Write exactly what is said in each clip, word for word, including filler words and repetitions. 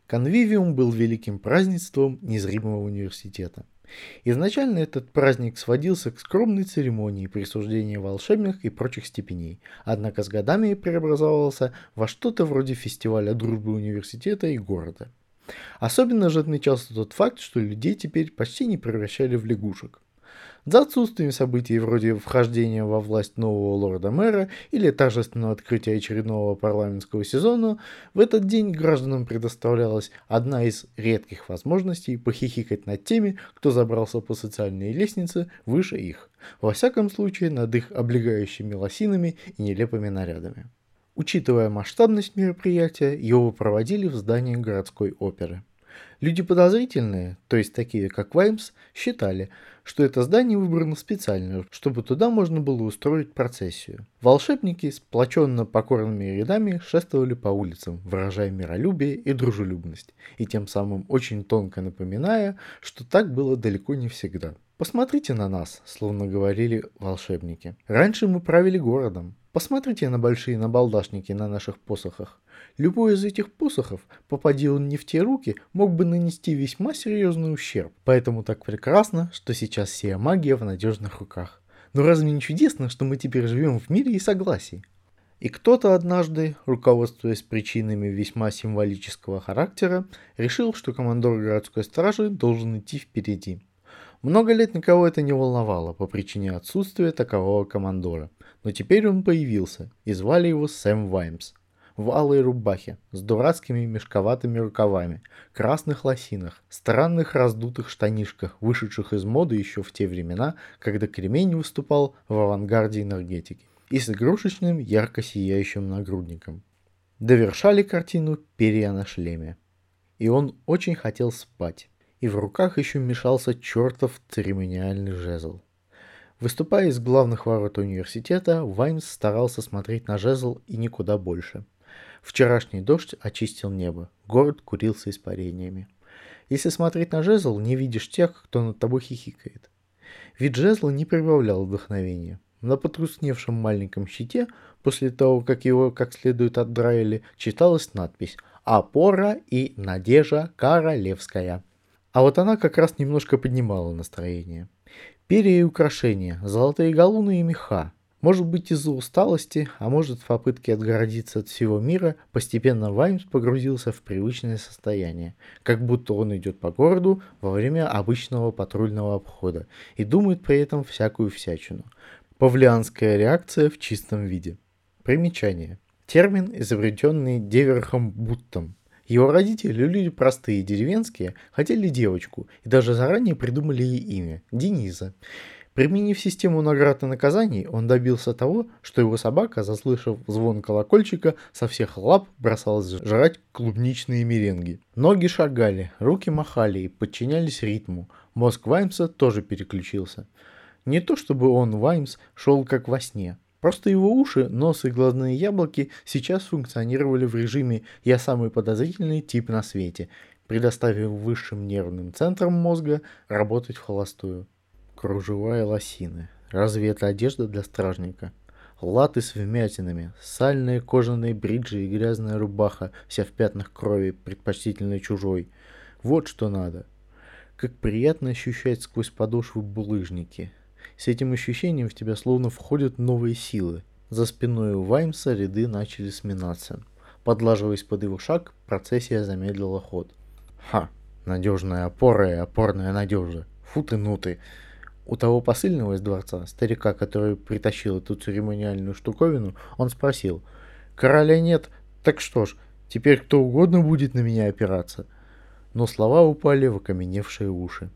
Конвивиум был великим празднеством незримого университета. Изначально этот праздник сводился к скромной церемонии присуждения волшебных и прочих степеней, однако с годами преобразовался во что-то вроде фестиваля дружбы университета и города. Особенно же отмечался тот факт, что людей теперь почти не превращали в лягушек. За отсутствием событий вроде вхождения во власть нового лорда-мэра или торжественного открытия очередного парламентского сезона, в этот день гражданам предоставлялась одна из редких возможностей похихикать над теми, кто забрался по социальной лестнице выше их, во всяком случае над их облегающими лосинами и нелепыми нарядами. Учитывая масштабность мероприятия, его проводили в здании городской оперы. Люди подозрительные, то есть такие как Ваймс, считали, что это здание выбрано специально, чтобы туда можно было устроить процессию. Волшебники сплоченно покорными рядами шествовали по улицам, выражая миролюбие и дружелюбность, и тем самым очень тонко напоминая, что так было далеко не всегда. «Посмотрите на нас», словно говорили волшебники. «Раньше мы правили городом. Посмотрите на большие набалдашники на наших посохах. Любой из этих посохов, попади он не в те руки, мог бы нанести весьма серьезный ущерб. Поэтому так прекрасно, что сейчас сия магия в надежных руках. Но разве не чудесно, что мы теперь живем в мире и согласии?» И кто-то однажды, руководствуясь причинами весьма символического характера, решил, что командор городской стражи должен идти впереди. Много лет никого это не волновало по причине отсутствия такового командора, но теперь он появился, и звали его Сэм Ваймс. В алой рубахе, с дурацкими мешковатыми рукавами, красных лосинах, странных раздутых штанишках, вышедших из моды еще в те времена, когда кремень выступал в авангарде энергетики, и с игрушечным ярко сияющим нагрудником. Довершали картину перья на шлеме. И он очень хотел спать. И в руках еще мешался чертов церемониальный жезл. Выступая из главных ворот университета, Ваймс старался смотреть на жезл и никуда больше. Вчерашний дождь очистил небо, город курился испарениями. Если смотреть на жезл, не видишь тех, кто над тобой хихикает. Вид жезла не прибавлял вдохновения. На потускневшем маленьком щите, после того, как его как следует отдраили, читалась надпись «Опора и надежда королевская». А вот она как раз немножко поднимала настроение. Перья и украшения, золотые галуны и меха. Может быть, из-за усталости, а может, в попытке отгородиться от всего мира, постепенно Ваймс погрузился в привычное состояние, как будто он идет по городу во время обычного патрульного обхода и думает при этом всякую всячину. Павлианская реакция в чистом виде. Примечание. Термин, изобретенный Деверхом Буттом. Его родители, люди простые, деревенские, хотели девочку и даже заранее придумали ей имя – Дениза. Применив систему наград и наказаний, он добился того, что его собака, заслышав звон колокольчика, со всех лап бросалась жрать клубничные меренги. Ноги шагали, руки махали и подчинялись ритму. Мозг Ваймса тоже переключился. Не то чтобы он, Ваймс, шел как во сне. Просто его уши, нос и глазные яблоки сейчас функционировали в режиме «я самый подозрительный тип на свете», предоставив высшим нервным центрам мозга работать в холостую. Кружева и лосины. Разве это одежда для стражника? Латы с вмятинами, сальные кожаные бриджи и грязная рубаха, вся в пятнах крови, предпочтительно чужой. Вот что надо. Как приятно ощущать сквозь подошвы булыжники. С этим ощущением в тебя словно входят новые силы. За спиной у Ваймса ряды начали сминаться. Подлаживаясь под его шаг, процессия замедлила ход. Ха, надежная опора и опорная надежда. Фу ты, ну ты. У того посыльного из дворца, старика, который притащил эту церемониальную штуковину, он спросил: «Короля нет, так что ж, теперь кто угодно будет на меня опираться?» Но слова упали в окаменевшие уши.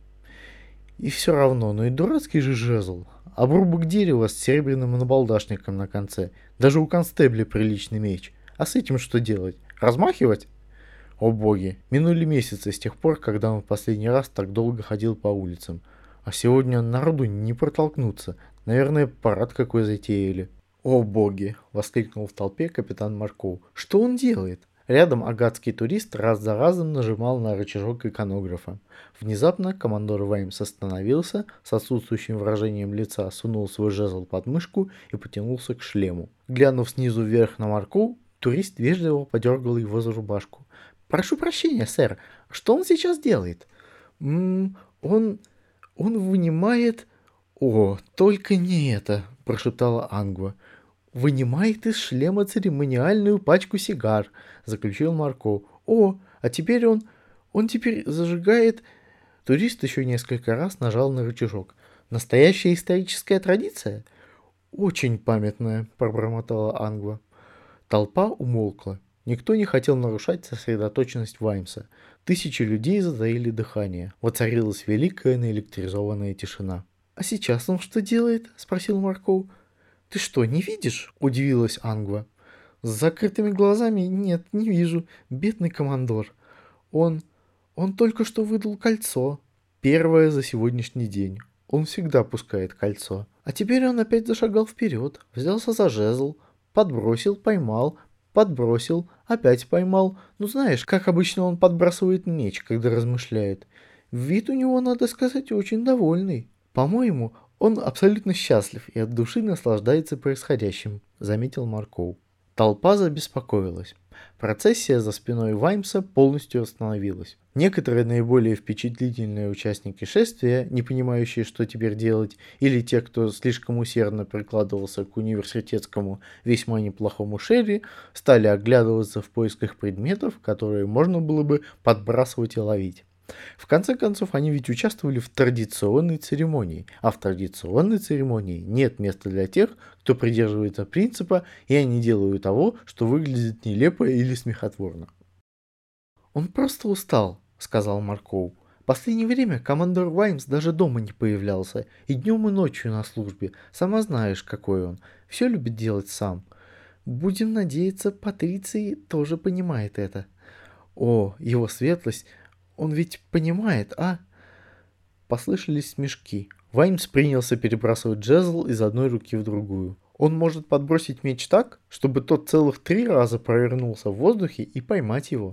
И все равно, ну и дурацкий же жезл. Обрубок дерева с серебряным набалдашником на конце. Даже у констебля приличный меч. А с этим что делать? Размахивать? О боги, минули месяцы с тех пор, когда он в последний раз так долго ходил по улицам. А сегодня народу не протолкнуться. Наверное, парад какой затеяли. О боги, воскликнул в толпе капитан Марков. Что он делает? Рядом агатский турист раз за разом нажимал на рычажок иконографа. Внезапно командор Ваймс остановился, с отсутствующим выражением лица сунул свой жезл под мышку и потянулся к шлему. Глянув снизу вверх на Марку, турист вежливо подергал его за рубашку. «Прошу прощения, сэр, что он сейчас делает?» «Ммм, он... он вынимает...» «О, только не это!» – прошептала Ангва. «Вынимает из шлема церемониальную пачку сигар», – заключил Марко. «О, а теперь он... он теперь зажигает...» Турист еще несколько раз нажал на рычажок. «Настоящая историческая традиция?» «Очень памятная», – пробормотала Ангва. Толпа умолкла. Никто не хотел нарушать сосредоточенность Ваймса. Тысячи людей затаили дыхание. Воцарилась великая наэлектризованная тишина. «А сейчас он что делает?» – спросил Марков. «Ты что, не видишь?» – удивилась Ангва. «С закрытыми глазами? Нет, не вижу. Бедный командор. Он... он только что выдал кольцо. Первое за сегодняшний день. Он всегда пускает кольцо. А теперь он опять зашагал вперед, взялся за жезл, подбросил, поймал, подбросил, опять поймал. Ну знаешь, как обычно он подбрасывает меч, когда размышляет. Вид у него, надо сказать, очень довольный. По-моему, он абсолютно счастлив и от души наслаждается происходящим», — заметил Марков. Толпа забеспокоилась. Процессия за спиной Ваймса полностью остановилась. Некоторые наиболее впечатлительные участники шествия, не понимающие, что теперь делать, или те, кто слишком усердно прикладывался к университетскому весьма неплохому шерри, стали оглядываться в поисках предметов, которые можно было бы подбрасывать и ловить. В конце концов, они ведь участвовали в традиционной церемонии, а в традиционной церемонии нет места для тех, кто придерживается принципа, и они делают того, что выглядит нелепо или смехотворно. «Он просто устал», — сказал Марков. «В последнее время командор Ваймс даже дома не появлялся, и днем, и ночью на службе. Сама знаешь, какой он. Все любит делать сам. Будем надеяться, Патриций тоже понимает это. О, его светлость... Он ведь понимает, а?» Послышались смешки. Ваймс принялся перебрасывать жезл из одной руки в другую. Он может подбросить меч так, чтобы тот целых три раза провернулся в воздухе и поймать его.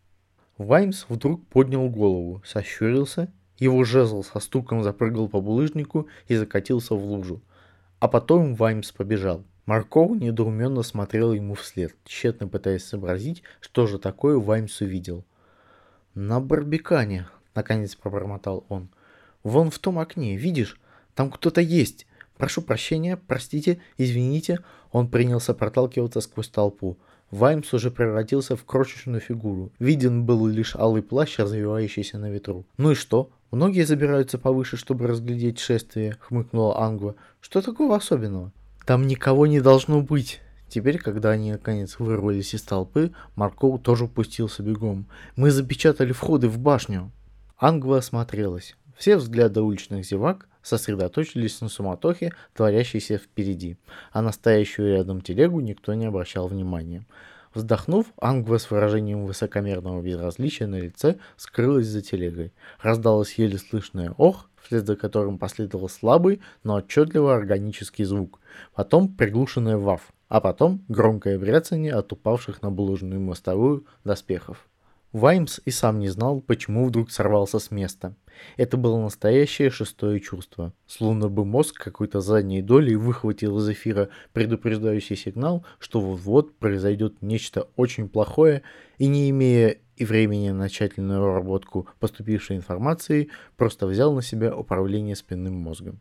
Ваймс вдруг поднял голову, сощурился, его жезл со стуком запрыгал по булыжнику и закатился в лужу. А потом Ваймс побежал. Марков недоуменно смотрел ему вслед, тщетно пытаясь сообразить, что же такое Ваймс увидел. «На барбикане», — наконец пробормотал он. «Вон в том окне, видишь? Там кто-то есть. Прошу прощения, простите, извините». Он принялся проталкиваться сквозь толпу. Ваймс уже превратился в крошечную фигуру. Виден был лишь алый плащ, развивающийся на ветру. «Ну и что? Многие забираются повыше, чтобы разглядеть шествие», — хмыкнула Ангва. «Что такого особенного?» «Там никого не должно быть». Теперь, когда они наконец вырвались из толпы, Марков тоже пустился бегом. «Мы запечатали входы в башню». Ангва осмотрелась. Все взгляды уличных зевак сосредоточились на суматохе, творящейся впереди, а на стоящую рядом телегу никто не обращал внимания. Вздохнув, Ангва с выражением высокомерного безразличия на лице скрылась за телегой. Раздалось еле слышное «ох», вслед за которым последовал слабый, но отчетливо органический звук, потом приглушенное «ваф», а потом громкое бряцание от упавших на булыжную мостовую доспехов. Ваймс и сам не знал, почему вдруг сорвался с места. Это было настоящее шестое чувство. Словно бы мозг какой-то задней долей выхватил из эфира предупреждающий сигнал, что вот-вот произойдет нечто очень плохое, и не имея и времени на тщательную обработку поступившей информации, просто взял на себя управление спинным мозгом.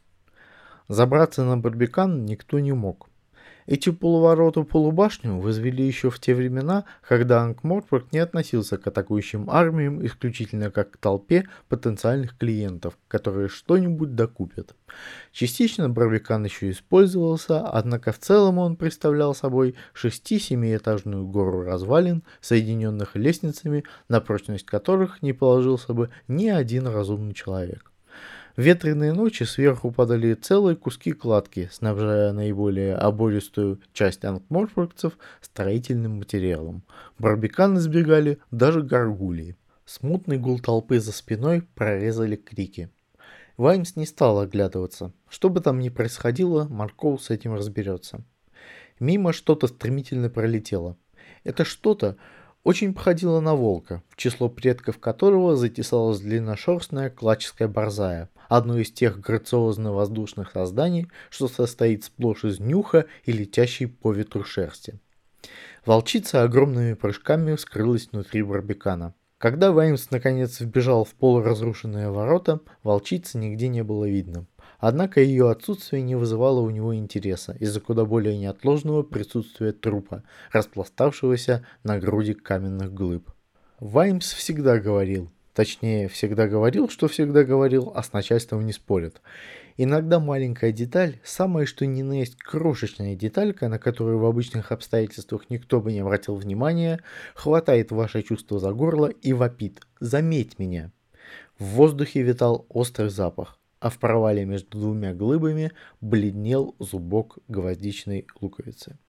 Забраться на барбикан никто не мог. Эти полувороту-полубашню возвели еще в те времена, когда Анкморпорк не относился к атакующим армиям исключительно как к толпе потенциальных клиентов, которые что-нибудь докупят. Частично барбикан еще использовался, однако в целом он представлял собой шести-семиэтажную гору развалин, соединенных лестницами, на прочность которых не положился бы ни один разумный человек. В ветреные ночи сверху падали целые куски кладки, снабжая наиболее обористую часть анкморпоргцев строительным материалом. Барбикан избегали даже горгулии. Смутный гул толпы за спиной прорезали крики. Ваймс не стал оглядываться. Что бы там ни происходило, Марков с этим разберется. Мимо что-то стремительно пролетело. Это что-то очень походило на волка, в число предков которого затесалась длинношерстная клачская борзая, одно из тех грациозно-воздушных созданий, что состоит сплошь из нюха и летящей по ветру шерсти. Волчица огромными прыжками скрылась внутри барбикана. Когда Ваймс наконец вбежал в полуразрушенные ворота, волчицы нигде не было видно. Однако ее отсутствие не вызывало у него интереса из-за куда более неотложного присутствия трупа, распластавшегося на груди каменных глыб. Ваймс всегда говорил, точнее, всегда говорил, что всегда говорил, а с начальством не спорят. Иногда маленькая деталь, самая что ни на есть крошечная деталька, на которую в обычных обстоятельствах никто бы не обратил внимания, хватает ваше чувство за горло и вопит «Заметь меня!». В воздухе витал острый запах, а в провале между двумя глыбами бледнел зубок гвоздичной луковицы.